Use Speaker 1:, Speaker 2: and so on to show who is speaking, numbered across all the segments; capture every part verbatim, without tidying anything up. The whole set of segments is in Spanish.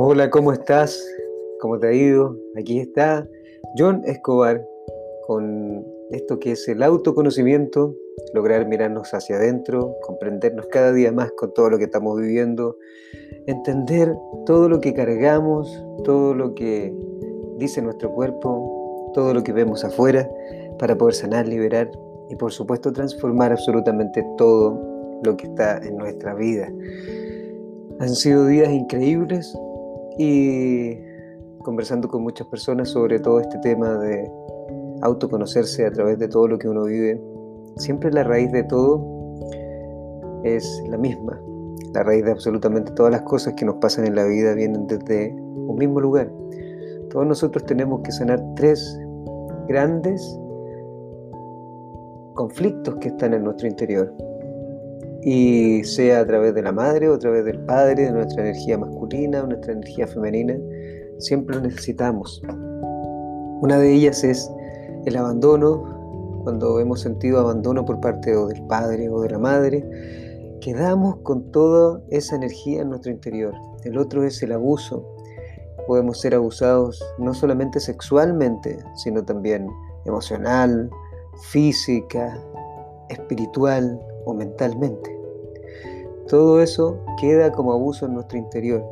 Speaker 1: Hola, ¿cómo estás? ¿Cómo te ha ido? Aquí está John Escobar con esto que es el autoconocimiento, lograr mirarnos hacia adentro, comprendernos cada día más con todo lo que estamos viviendo, entender todo lo que cargamos, todo lo que dice nuestro cuerpo, todo lo que vemos afuera, para poder sanar, liberar y por supuesto transformar absolutamente todo lo que está en nuestra vida. Han sido días increíbles y conversando con muchas personas sobre todo este tema de autoconocerse a través de todo lo que uno vive. Siempre la raíz de todo es la misma. La raíz de absolutamente todas las cosas que nos pasan en la vida vienen desde un mismo lugar. Todos nosotros tenemos que sanar tres grandes conflictos que están en nuestro interior. Y sea a través de la madre o a través del padre, de nuestra energía masculina o nuestra energía femenina, siempre lo necesitamos. Una de ellas es el abandono. Cuando hemos sentido abandono por parte o del padre o de la madre, quedamos con toda esa energía en nuestro interior. El otro es el abuso. Podemos ser abusados no solamente sexualmente, sino también emocional, física, espiritual o mentalmente. Todo eso queda como abuso en nuestro interior.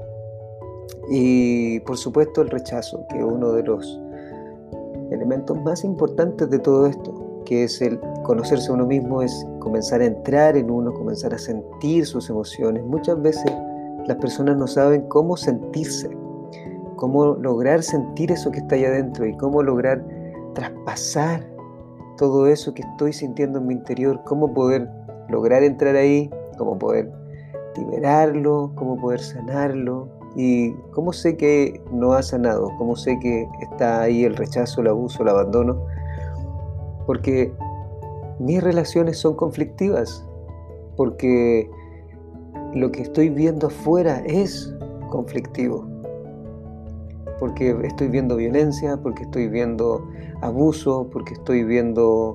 Speaker 1: Y por supuesto el rechazo, que es uno de los elementos más importantes de todo esto, que es el conocerse a uno mismo, es comenzar a entrar en uno, comenzar a sentir sus emociones. Muchas veces las personas no saben cómo sentirse, cómo lograr sentir eso que está allá adentro y cómo lograr traspasar todo eso que estoy sintiendo en mi interior, cómo poder lograr entrar ahí, cómo poder liberarlo, cómo poder sanarlo. Y cómo sé que no ha sanado, cómo sé que está ahí el rechazo, el abuso, el abandono, porque mis relaciones son conflictivas, porque lo que estoy viendo afuera es conflictivo, porque estoy viendo violencia, porque estoy viendo abuso, porque estoy viendo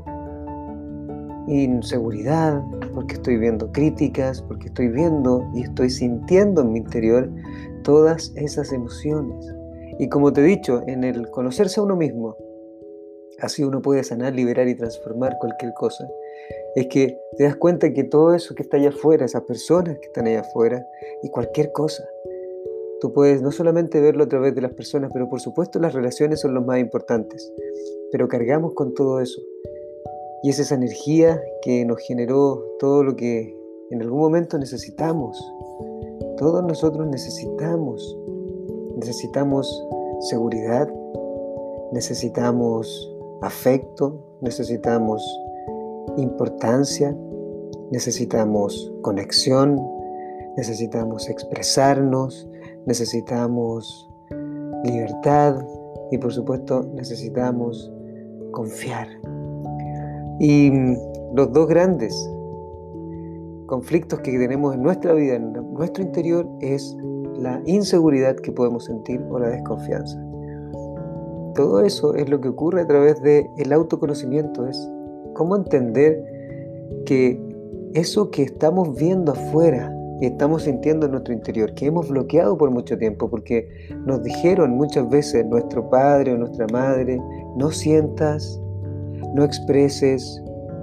Speaker 1: inseguridad, porque estoy viendo críticas, porque estoy viendo y estoy sintiendo en mi interior todas esas emociones. Y como te he dicho, en el conocerse a uno mismo, así uno puede sanar, liberar y transformar cualquier cosa. Es que te das cuenta que todo eso que está allá afuera, esas personas que están allá afuera y cualquier cosa, tú puedes no solamente verlo a través de las personas, pero por supuesto las relaciones son los más importantes, pero cargamos con todo eso. Y es esa energía que nos generó todo lo que en algún momento necesitamos. Todos nosotros necesitamos. Necesitamos seguridad, necesitamos afecto, necesitamos importancia, necesitamos conexión, necesitamos expresarnos, necesitamos libertad y por supuesto necesitamos confiar. Y los dos grandes conflictos que tenemos en nuestra vida, en nuestro interior, es la inseguridad que podemos sentir o la desconfianza. Todo eso es lo que ocurre a través del autoconocimiento, es cómo entender que eso que estamos viendo afuera y estamos sintiendo en nuestro interior, que hemos bloqueado por mucho tiempo, porque nos dijeron muchas veces nuestro padre o nuestra madre, no sientas, no expreses,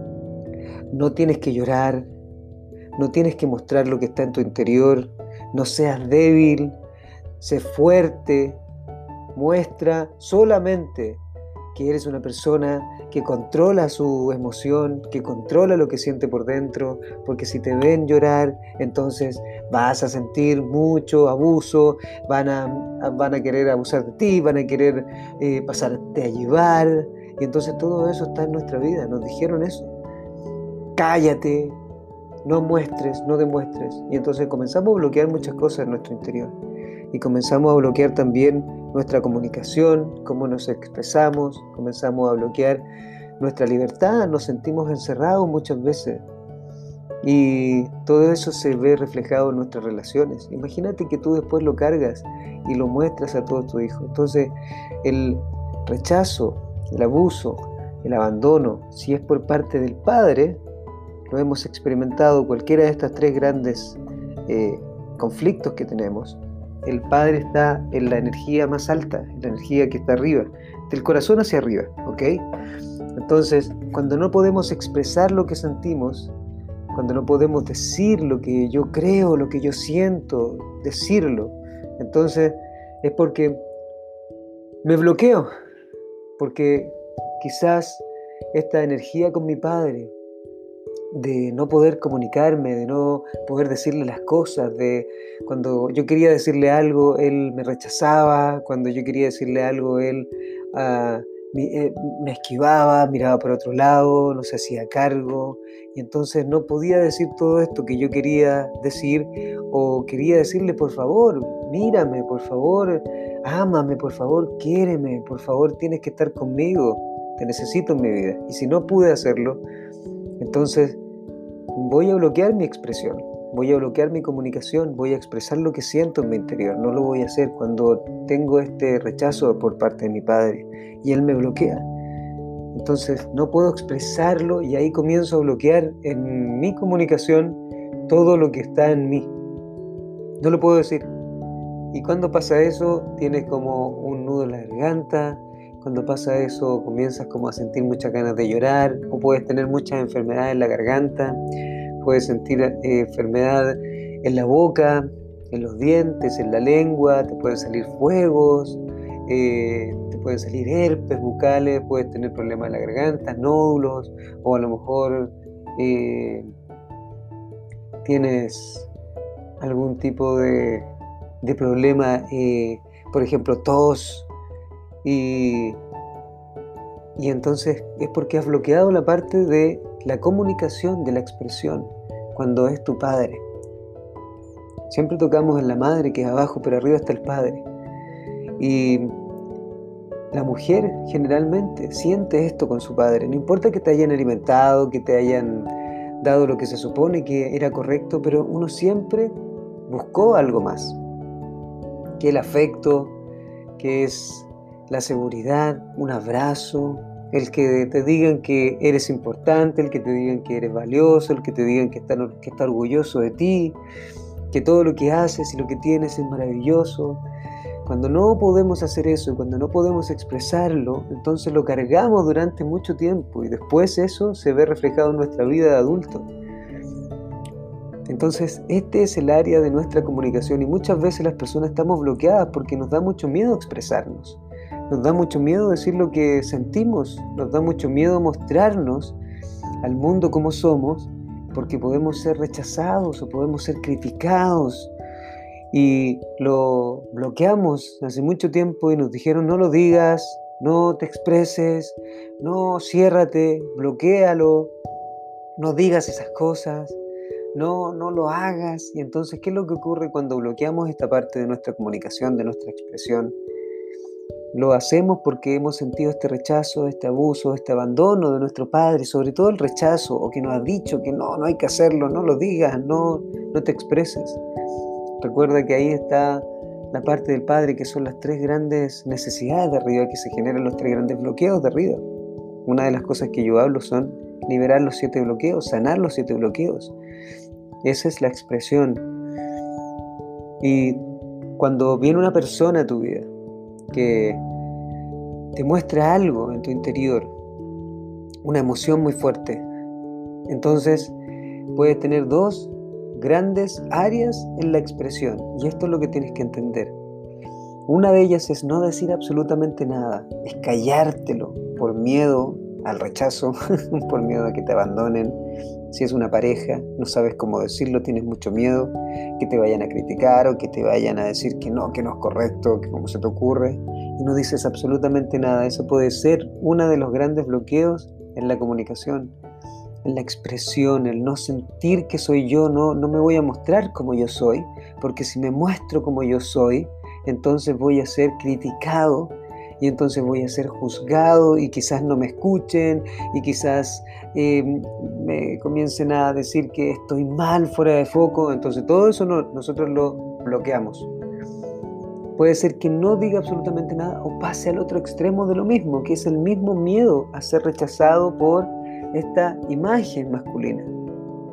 Speaker 1: no tienes que llorar, no tienes que mostrar lo que está en tu interior, no seas débil, sé fuerte, muestra solamente que eres una persona que controla su emoción, que controla lo que siente por dentro, porque si te ven llorar, entonces vas a sentir mucho abuso, van a, van a querer abusar de ti, van a querer eh, pasarte a llevar, y entonces todo eso está en nuestra vida, nos dijeron eso. Cállate, no muestres, no demuestres, y entonces comenzamos a bloquear muchas cosas en nuestro interior. Y comenzamos a bloquear también nuestra comunicación, cómo nos expresamos, comenzamos a bloquear nuestra libertad, nos sentimos encerrados muchas veces. Y todo eso se ve reflejado en nuestras relaciones. Imagínate que tú después lo cargas y lo muestras a todos tus hijos. Entonces, el rechazo, el abuso, el abandono, si es por parte del padre, lo hemos experimentado cualquiera de estas tres grandes eh, conflictos que tenemos. el Padre está en la energía más alta, en la energía que está arriba, del corazón hacia arriba, ¿ok? Entonces, cuando no podemos expresar lo que sentimos, cuando no podemos decir lo que yo creo, lo que yo siento, decirlo, entonces es porque me bloqueo, porque quizás esta energía con mi Padre, de no poder comunicarme, de no poder decirle las cosas, de cuando yo quería decirle algo, él me rechazaba, cuando yo quería decirle algo, él uh, me, eh, me esquivaba, miraba por otro lado, no se hacía cargo, y entonces no podía decir todo esto que yo quería decir, o quería decirle, por favor, mírame, por favor, ámame, por favor, quiéreme, por favor, tienes que estar conmigo, te necesito en mi vida. Y si no pude hacerlo, entonces voy a bloquear mi expresión, voy a bloquear mi comunicación, voy a expresar lo que siento en mi interior. No lo voy a hacer cuando tengo este rechazo por parte de mi Padre y Él me bloquea. Entonces no puedo expresarlo y ahí comienzo a bloquear en mi comunicación todo lo que está en mí. No lo puedo decir. Y cuando pasa eso, tienes como un nudo en la garganta. Cuando pasa eso, comienzas como a sentir muchas ganas de llorar, o puedes tener muchas enfermedades en la garganta, puedes sentir eh, enfermedad en la boca, en los dientes, en la lengua, te pueden salir fuegos, eh, te pueden salir herpes bucales, puedes tener problemas en la garganta, nódulos, o a lo mejor eh, tienes algún tipo de, de problema, eh, por ejemplo, tos. Y, y entonces es porque has bloqueado la parte de la comunicación, de la expresión, cuando es tu Padre. Siempre tocamos en la madre, que es abajo, pero arriba está el Padre. Y la mujer generalmente siente esto con su Padre. No importa que te hayan alimentado, que te hayan dado lo que se supone que era correcto, pero uno siempre buscó algo más, que el afecto, que es la seguridad, un abrazo, el que te digan que eres importante, el que te digan que eres valioso, el que te digan que está, que está orgulloso de ti, que todo lo que haces y lo que tienes es maravilloso. Cuando no podemos hacer eso, cuando no podemos expresarlo, entonces lo cargamos durante mucho tiempo y después eso se ve reflejado en nuestra vida de adulto. Entonces, este es el área de nuestra comunicación y muchas veces las personas estamos bloqueadas porque nos da mucho miedo expresarnos. Nos da mucho miedo decir lo que sentimos, nos da mucho miedo mostrarnos al mundo como somos, porque podemos ser rechazados o podemos ser criticados. Y lo bloqueamos hace mucho tiempo y nos dijeron no lo digas, no te expreses, no ciérrate, bloquéalo, no digas esas cosas, no, no lo hagas. Y entonces, ¿qué es lo que ocurre cuando bloqueamos esta parte de nuestra comunicación, de nuestra expresión? Lo hacemos porque hemos sentido este rechazo, este abuso, este abandono de nuestro Padre, sobre todo el rechazo, o que nos ha dicho que no, no hay que hacerlo, no lo digas, no, no te expreses. Recuerda que ahí está la parte del Padre, que son las tres grandes necesidades de arriba, que se generan los tres grandes bloqueos de arriba. Una de las cosas que yo hablo son liberar los siete bloqueos, sanar los siete bloqueos. Esa es la expresión. Y cuando viene una persona a tu vida que te muestra algo en tu interior, una emoción muy fuerte, entonces puedes tener dos grandes áreas en la expresión, y esto es lo que tienes que entender. Una de ellas es no decir absolutamente nada, es callártelo por miedo al rechazo, por miedo a que te abandonen. Si es una pareja, no sabes cómo decirlo, tienes mucho miedo que te vayan a criticar o que te vayan a decir que no, que no es correcto, que cómo se te ocurre, y no dices absolutamente nada. Eso puede ser uno de los grandes bloqueos en la comunicación, en la expresión, el no sentir que soy yo, no, no me voy a mostrar como yo soy, porque si me muestro como yo soy, entonces voy a ser criticado, y entonces voy a ser juzgado y quizás no me escuchen y quizás eh, me comiencen a decir que estoy mal, fuera de foco. Entonces todo eso no, nosotros lo bloqueamos. Puede ser que no diga absolutamente nada o pase al otro extremo de lo mismo, que es el mismo miedo a ser rechazado por esta imagen masculina.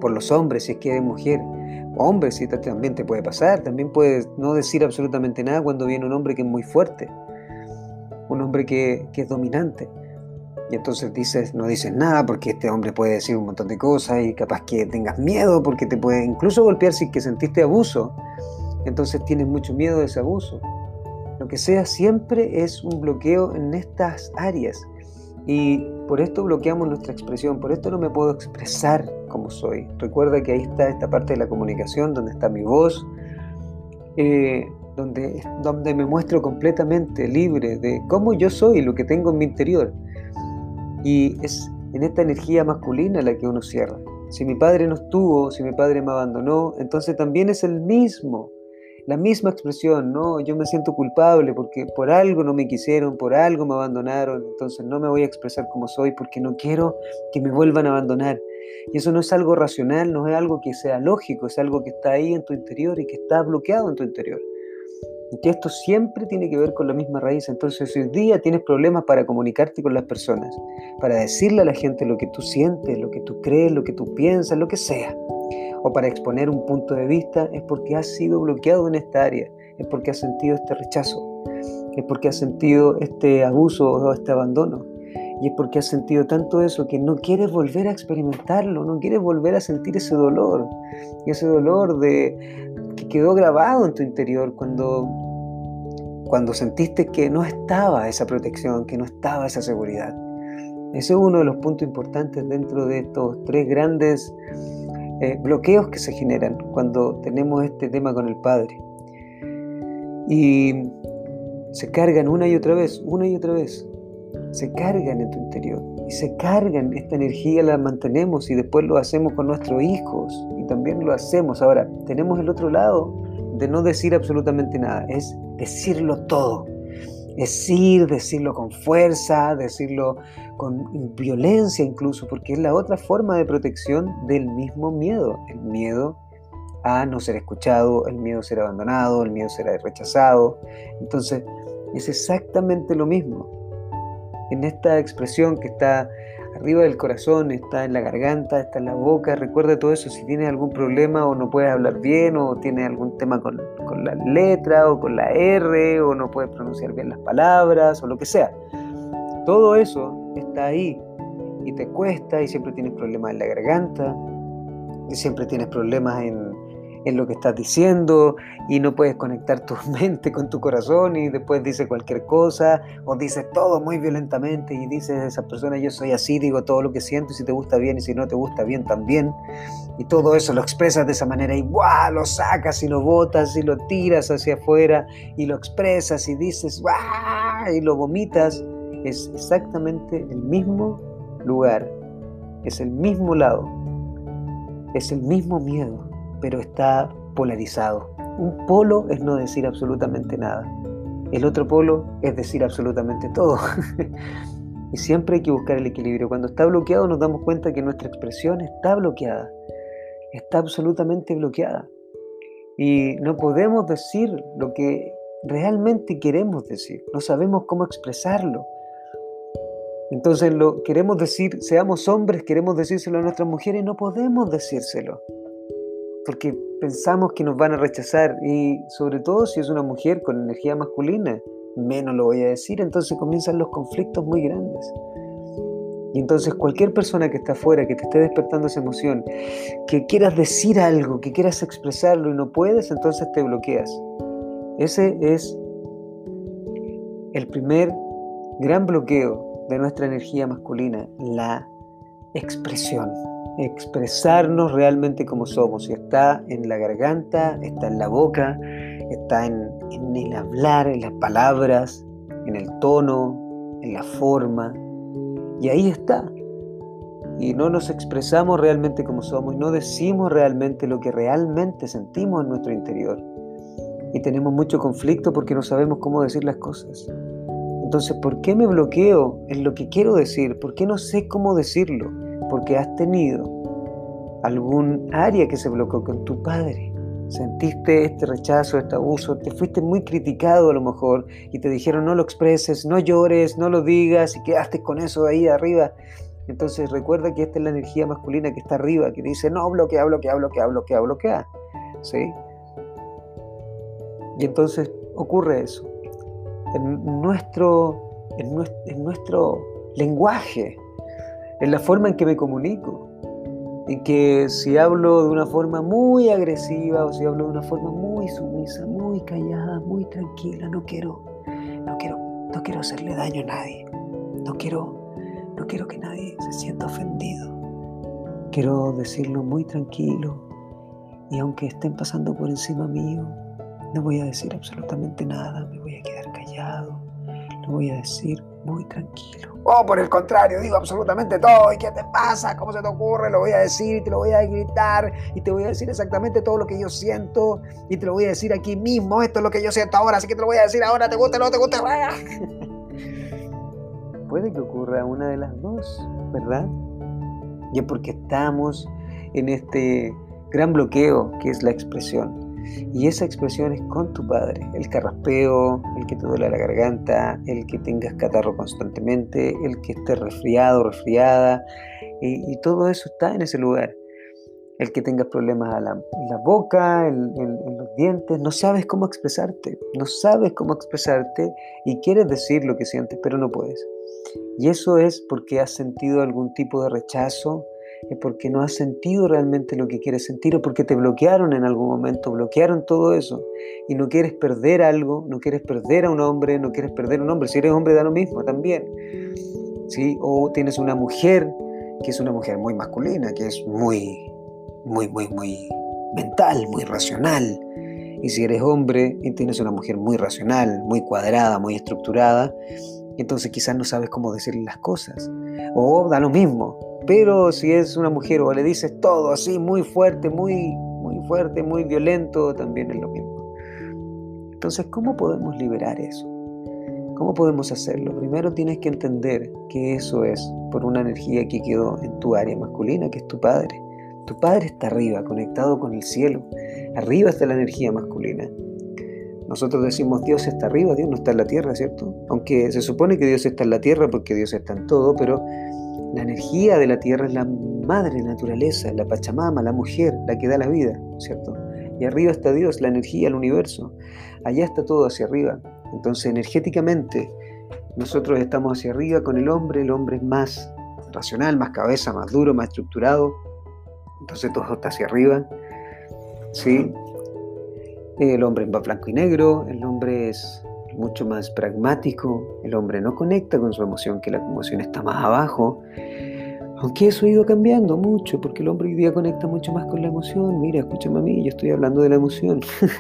Speaker 1: por los hombres si es que eres mujer. Hombres, sí, también te puede pasar, también puedes no decir absolutamente nada cuando viene un hombre que es muy fuerte, un hombre que, que es dominante. Y entonces dices, no dices nada porque este hombre puede decir un montón de cosas y capaz que tengas miedo porque te puede incluso golpear si es que sentiste abuso. Entonces tienes mucho miedo de ese abuso. Lo que sea siempre es un bloqueo en estas áreas. Y por esto bloqueamos nuestra expresión, por esto no me puedo expresar como soy. Recuerda que ahí está esta parte de la comunicación, donde está mi voz, eh, donde, donde me muestro completamente libre de cómo yo soy, lo que tengo en mi interior. Y es en esta energía masculina la que uno cierra. Si mi padre no estuvo, si mi padre me abandonó, entonces también es el mismo, la misma expresión, ¿no? Yo me siento culpable porque por algo no me quisieron, por algo me abandonaron, entonces no me voy a expresar como soy porque no quiero que me vuelvan a abandonar. Y eso no es algo racional, no es algo que sea lógico, es algo que está ahí en tu interior y que está bloqueado en tu interior. Y que esto siempre tiene que ver con la misma raíz. Entonces, si hoy día tienes problemas para comunicarte con las personas, para decirle a la gente lo que tú sientes, lo que tú crees, lo que tú piensas, lo que sea, o para exponer un punto de vista, es porque has sido bloqueado en esta área, es porque has sentido este rechazo, es porque has sentido este abuso o este abandono, y es porque has sentido tanto eso que no quieres volver a experimentarlo, no quieres volver a sentir ese dolor, y ese dolor de, que quedó grabado en tu interior cuando, cuando sentiste que no estaba esa protección, que no estaba esa seguridad. Ese es uno de los puntos importantes dentro de estos tres grandes Eh, bloqueos que se generan cuando tenemos este tema con el Padre. Y se cargan una y otra vez, una y otra vez. Se cargan en tu interior. Y se cargan, esta energía la mantenemos y después lo hacemos con nuestros hijos. Y también lo hacemos. Ahora, tenemos el otro lado de no decir absolutamente nada. Es decirlo todo. Es ir, decirlo con fuerza, decirlo con violencia incluso, porque es la otra forma de protección del mismo miedo. El miedo a no ser escuchado, el miedo a ser abandonado, el miedo a ser rechazado. Entonces, es exactamente lo mismo. En esta expresión que está arriba del corazón, está en la garganta, está en la boca, recuerda todo eso. Si tienes algún problema o no puedes hablar bien o tienes algún tema con, con la letra o con la R o no puedes pronunciar bien las palabras o lo que sea, todo eso está ahí y te cuesta y siempre tienes problemas en la garganta y siempre tienes problemas en, en lo que estás diciendo y no puedes conectar tu mente con tu corazón y después dices cualquier cosa o dices todo muy violentamente y dices a esa persona yo soy así, digo todo lo que siento y si te gusta bien y si no te gusta bien también y todo eso lo expresas de esa manera y ¡guau! Lo sacas y lo botas y lo tiras hacia afuera y lo expresas y dices ¡guau! Y lo vomitas. Es exactamente el mismo lugar, es el mismo lado, es el mismo miedo, pero está polarizado. Un polo es no decir absolutamente nada, el otro polo es decir absolutamente todo. Y siempre hay que buscar el equilibrio. Cuando está bloqueado nos damos cuenta que nuestra expresión está bloqueada, está absolutamente bloqueada. Y no podemos decir lo que realmente queremos decir, no sabemos cómo expresarlo. Entonces lo queremos decir, seamos hombres, queremos decírselo a nuestras mujeres, no podemos decírselo, porque pensamos que nos van a rechazar y sobre todo si es una mujer con energía masculina, menos lo voy a decir, entonces comienzan los conflictos muy grandes. Y entonces cualquier persona que está afuera, que te esté despertando esa emoción, que quieras decir algo, que quieras expresarlo y no puedes, entonces te bloqueas. Ese es el primer gran bloqueo de nuestra energía masculina, la expresión, expresarnos realmente como somos. Y está en la garganta, está en la boca, está en, en el hablar, en las palabras, en el tono, en la forma, y ahí está. Y no nos expresamos realmente como somos, y no decimos realmente lo que realmente sentimos en nuestro interior. Y tenemos mucho conflicto porque no sabemos cómo decir las cosas. Entonces, ¿por qué me bloqueo en lo que quiero decir? ¿Por qué no sé cómo decirlo? Porque has tenido algún área que se bloqueó con tu padre. Sentiste este rechazo, este abuso, te fuiste muy criticado a lo mejor y te dijeron no lo expreses, no llores, no lo digas y quedaste con eso ahí arriba. Entonces recuerda que esta es la energía masculina que está arriba, que dice, no, bloquea, bloquea, bloquea, bloquea, bloquea, ¿sí? Y entonces ocurre eso. En nuestro, en nuestro, en nuestro lenguaje, en la forma en que me comunico, en que si hablo de una forma muy agresiva o si hablo de una forma muy sumisa, muy callada, muy tranquila, no quiero, no quiero, no quiero hacerle daño a nadie, no quiero, no quiero que nadie se sienta ofendido, quiero decirlo muy tranquilo y aunque estén pasando por encima mío, no voy a decir absolutamente nada, me voy a quedar callado, lo voy a decir muy tranquilo. O por el contrario, digo absolutamente todo. ¿Y qué te pasa? ¿Cómo se te ocurre? Lo voy a decir y te lo voy a gritar y te voy a decir exactamente todo lo que yo siento y te lo voy a decir aquí mismo. Esto es lo que yo siento ahora, así que te lo voy a decir ahora. ¿Te gusta o no te gusta? Puede que ocurra una de las dos, ¿verdad? Y es porque estamos en este gran bloqueo que es la expresión. Y esa expresión es con tu padre, el carraspeo, el que te duele la garganta, el que tengas catarro constantemente, el que estés resfriado, resfriada, y, y todo eso está en ese lugar. El que tengas problemas a la, en la boca, en, en, en los dientes, no sabes cómo expresarte, no sabes cómo expresarte y quieres decir lo que sientes, pero no puedes. Y eso es porque has sentido algún tipo de rechazo, es porque no has sentido realmente lo que quieres sentir o porque te bloquearon en algún momento, bloquearon todo eso y no quieres perder algo, no quieres perder a un hombre, no quieres perder a un hombre, si eres hombre da lo mismo también, ¿sí? O tienes una mujer que es una mujer muy masculina, que es muy, muy, muy, muy mental, muy racional, y si eres hombre y tienes una mujer muy racional, muy cuadrada, muy estructurada, entonces quizás no sabes cómo decirle las cosas, o da lo mismo, pero si es una mujer o le dices todo así muy fuerte, muy, muy fuerte, muy violento, también es lo mismo. Entonces, ¿cómo podemos liberar eso? ¿Cómo podemos hacerlo? Primero tienes que entender que eso es por una energía que quedó en tu área masculina, que es tu padre. Tu padre está arriba, conectado con el cielo. Arriba está la energía masculina. Nosotros decimos Dios está arriba, Dios no está en la tierra, ¿cierto? Aunque se supone que Dios está en la tierra porque Dios está en todo, pero la energía de la tierra es la madre naturaleza, la Pachamama, la mujer, la que da la vida, ¿cierto? Y arriba está Dios, la energía, el universo. Allá está todo hacia arriba. Entonces, energéticamente, nosotros estamos hacia arriba con el hombre, el hombre es más racional, más cabeza, más duro, más estructurado. Entonces todo está hacia arriba, ¿sí? El hombre va blanco y negro, el hombre es mucho más pragmático, el hombre no conecta con su emoción, que la emoción está más abajo, aunque eso ha ido cambiando mucho, porque el hombre hoy día conecta mucho más con la emoción. Mira, escúchame a mí, yo estoy hablando de la emoción.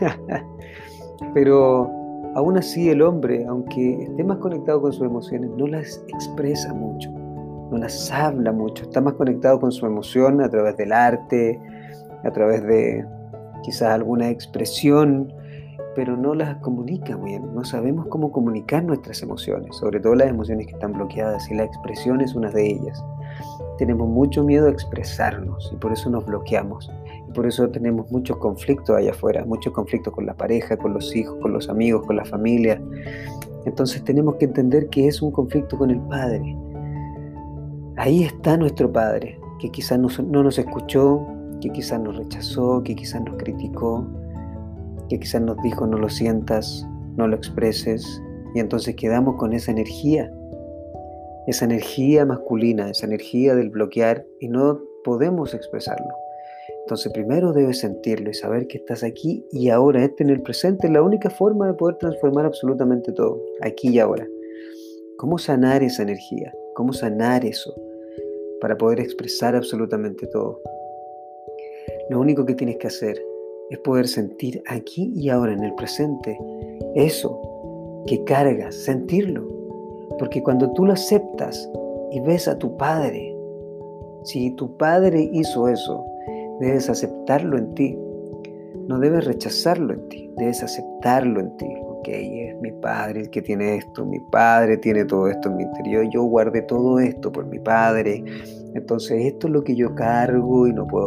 Speaker 1: Pero aún así el hombre, aunque esté más conectado con sus emociones, no las expresa mucho, no las habla mucho, está más conectado con su emoción a través del arte, a través de quizás alguna expresión, pero no las comunica bien, no sabemos cómo comunicar nuestras emociones, sobre todo las emociones que están bloqueadas, y la expresión es una de ellas. Tenemos mucho miedo a expresarnos y por eso nos bloqueamos, y por eso tenemos muchos conflictos allá afuera, muchos conflictos con la pareja, con los hijos, con los amigos, con la familia. Entonces tenemos que entender que es un conflicto con el Padre. Ahí está nuestro Padre, que quizás no, no nos escuchó, que quizás nos rechazó, que quizás nos criticó, que quizás nos dijo no lo sientas, no lo expreses, y entonces quedamos con esa energía, esa energía masculina, esa energía del bloquear, y no podemos expresarlo. Entonces primero debes sentirlo y saber que estás aquí y ahora, este en el presente, es la única forma de poder transformar absolutamente todo, aquí y ahora. ¿Cómo sanar esa energía? ¿Cómo sanar eso? Para poder expresar absolutamente todo. Lo único que tienes que hacer es poder sentir aquí y ahora, en el presente, eso que cargas, sentirlo. Porque cuando tú lo aceptas y ves a tu Padre, si tu Padre hizo eso, debes aceptarlo en ti. No debes rechazarlo en ti, debes aceptarlo en ti. Ok, es mi Padre el que tiene esto, mi Padre tiene todo esto en mi interior, yo guardé todo esto por mi Padre. Entonces esto es lo que yo cargo y no puedo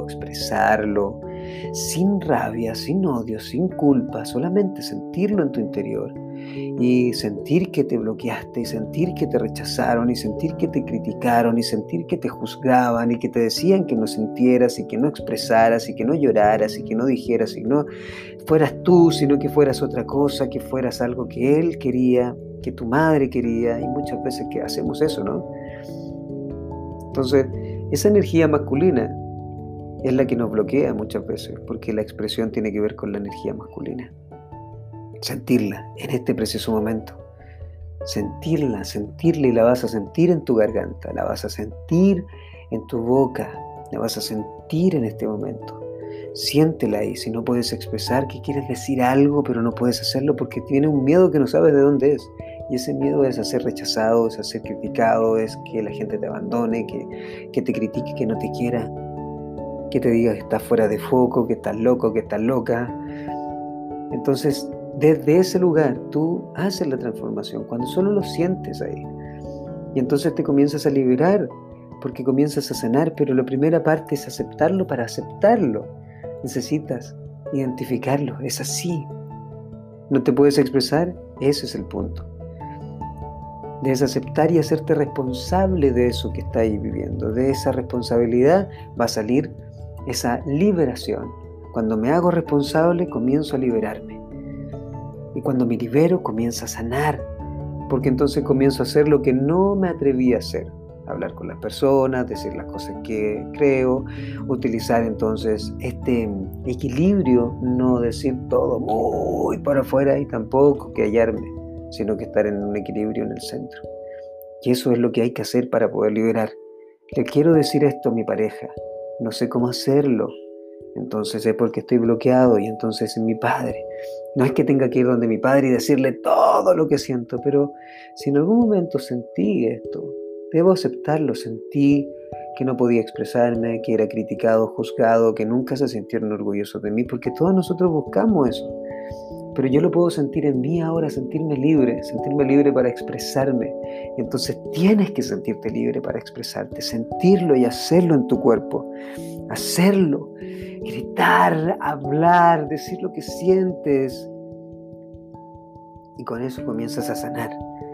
Speaker 1: expresarlo. Sin rabia, sin odio, sin culpa, solamente sentirlo en tu interior. y sentir que te bloqueaste, y sentir que te rechazaron, y sentir que te criticaron, y sentir que te juzgaban, y que te decían que no sintieras, y que no expresaras, y que no lloraras, y que no dijeras, y no fueras tú, sino que fueras otra cosa, que fueras algo que él quería, que tu madre quería, y muchas veces que hacemos eso, ¿no? Entonces, esa energía masculina es la que nos bloquea muchas veces, porque la expresión tiene que ver con la energía masculina. Sentirla en este preciso momento. Sentirla, sentirla y la vas a sentir en tu garganta, la vas a sentir en tu boca, la vas a sentir en este momento. Siéntela ahí. Si no puedes expresar que quieres decir algo, pero no puedes hacerlo porque tienes un miedo que no sabes de dónde es. Y ese miedo es a ser rechazado, es a ser criticado, es que la gente te abandone, que, que te critique, que no te quiera, que te diga que estás fuera de foco, que estás loco, que estás loca. Entonces, desde ese lugar, tú haces la transformación, cuando solo lo sientes ahí. Y entonces te comienzas a liberar, porque comienzas a sanar, pero la primera parte es aceptarlo. Para aceptarlo, necesitas identificarlo, es así. ¿No te puedes expresar? Ese es el punto. Debes aceptar y hacerte responsable de eso que estás ahí viviendo. De esa responsabilidad va a salir esa liberación. Cuando me hago responsable, comienzo a liberarme. Y cuando me libero, comienzo a sanar. Porque entonces comienzo a hacer lo que no me atreví a hacer. Hablar con las personas, decir las cosas que creo, utilizar entonces este equilibrio, no decir todo muy para afuera y tampoco que hallarme, sino que estar en un equilibrio en el centro. Y eso es lo que hay que hacer para poder liberar. Le quiero decir esto a mi pareja, no sé cómo hacerlo, entonces es porque estoy bloqueado y entonces es mi padre. No es que tenga que ir donde mi padre y decirle todo lo que siento, pero si en algún momento sentí esto, debo aceptarlo. Sentí que no podía expresarme, que era criticado, juzgado, que nunca se sintieron orgullosos de mí, porque todos nosotros buscamos eso. Pero yo lo puedo sentir en mí ahora, sentirme libre, sentirme libre para expresarme. Entonces tienes que sentirte libre para expresarte, sentirlo y hacerlo en tu cuerpo. Hacerlo, gritar, hablar, decir lo que sientes. Y con eso comienzas a sanar.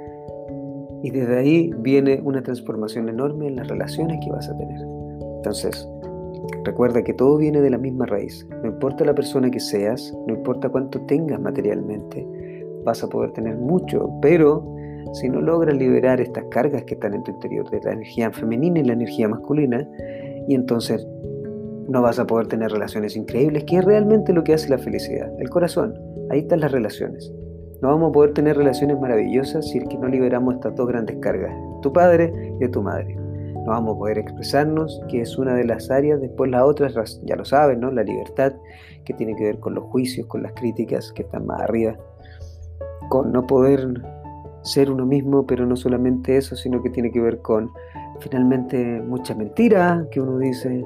Speaker 1: Y desde ahí viene una transformación enorme en las relaciones que vas a tener. Entonces, recuerda que todo viene de la misma raíz. No importa la persona que seas, no importa cuánto tengas materialmente, vas a poder tener mucho, pero si no logras liberar estas cargas que están en tu interior, de la energía femenina y la energía masculina, y entonces no vas a poder tener relaciones increíbles, que es realmente lo que hace la felicidad, el corazón. Ahí están las relaciones. No vamos a poder tener relaciones maravillosas si es que no liberamos estas dos grandes cargas, de tu padre y de tu madre. No vamos a poder expresarnos, que es una de las áreas. Después las otras, ya lo saben, ¿no? La libertad, que tiene que ver con los juicios, con las críticas, que están más arriba. Con no poder ser uno mismo, pero no solamente eso, sino que tiene que ver con, finalmente, mucha mentira que uno dice,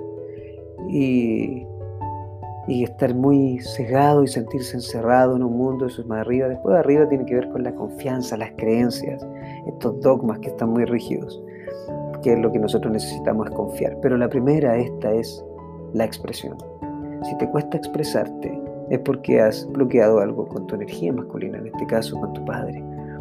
Speaker 1: y, y estar muy cegado y sentirse encerrado en un mundo. Eso es más arriba. Después de arriba tiene que ver con la confianza, las creencias, estos dogmas que están muy rígidos, que lo que nosotros necesitamos es confiar. Pero la primera, esta es la expresión. Si te cuesta expresarte, es porque has bloqueado algo con tu energía masculina, en este caso con tu padre.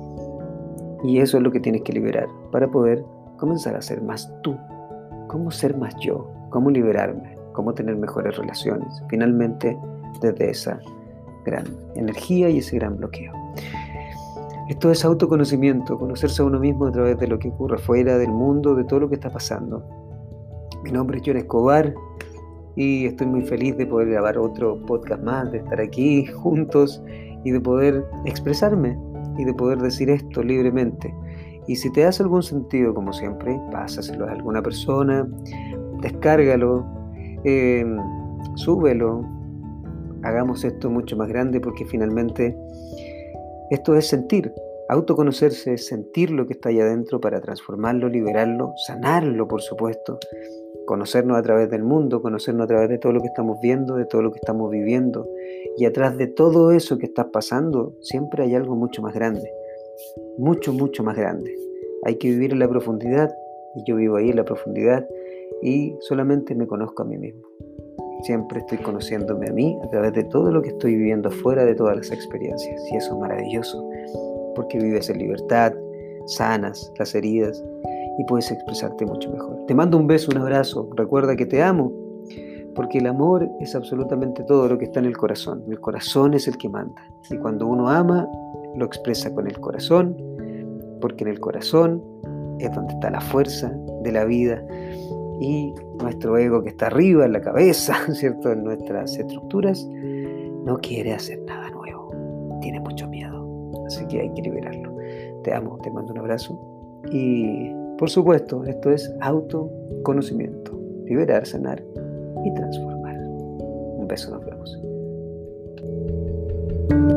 Speaker 1: Y eso es lo que tienes que liberar para poder comenzar a ser más tú. ¿Cómo ser más yo? ¿Cómo liberarme? ¿Cómo tener mejores relaciones? Finalmente, desde esa gran energía y ese gran bloqueo. Esto es autoconocimiento, conocerse a uno mismo a través de lo que ocurre fuera del mundo, de todo lo que está pasando. Mi nombre es John Escobar y estoy muy feliz de poder grabar otro podcast más, de estar aquí juntos y de poder expresarme y de poder decir esto libremente. Y si te hace algún sentido, como siempre, pásaselo a alguna persona, descárgalo, eh, súbelo, hagamos esto mucho más grande, porque finalmente esto es sentir. Autoconocerse es sentir lo que está ahí adentro para transformarlo, liberarlo, sanarlo, por supuesto. Conocernos a través del mundo, conocernos a través de todo lo que estamos viendo, de todo lo que estamos viviendo. Y atrás de todo eso que está pasando, siempre hay algo mucho más grande. Mucho, mucho más grande. Hay que vivir en la profundidad, y yo vivo ahí en la profundidad, y solamente me conozco a mí mismo. Siempre estoy conociéndome a mí a través de todo lo que estoy viviendo fuera de todas las experiencias, y eso es maravilloso. porque vives en libertad, sanas las heridas y puedes expresarte mucho mejor. Te mando un beso, un abrazo. Recuerda que te amo, porque el amor es absolutamente todo lo que está en el corazón. El corazón es el que manda. Y cuando uno ama, lo expresa con el corazón, porque en el corazón es donde está la fuerza de la vida. Y nuestro ego, que está arriba en la cabeza, ¿cierto?, en nuestras estructuras, no quiere hacer nada nuevo. Tiene mucho miedo. Así que hay que liberarlo. Te amo, te mando un abrazo. Y por supuesto, esto es autoconocimiento. Liberar, sanar y transformar. Un beso, nos vemos.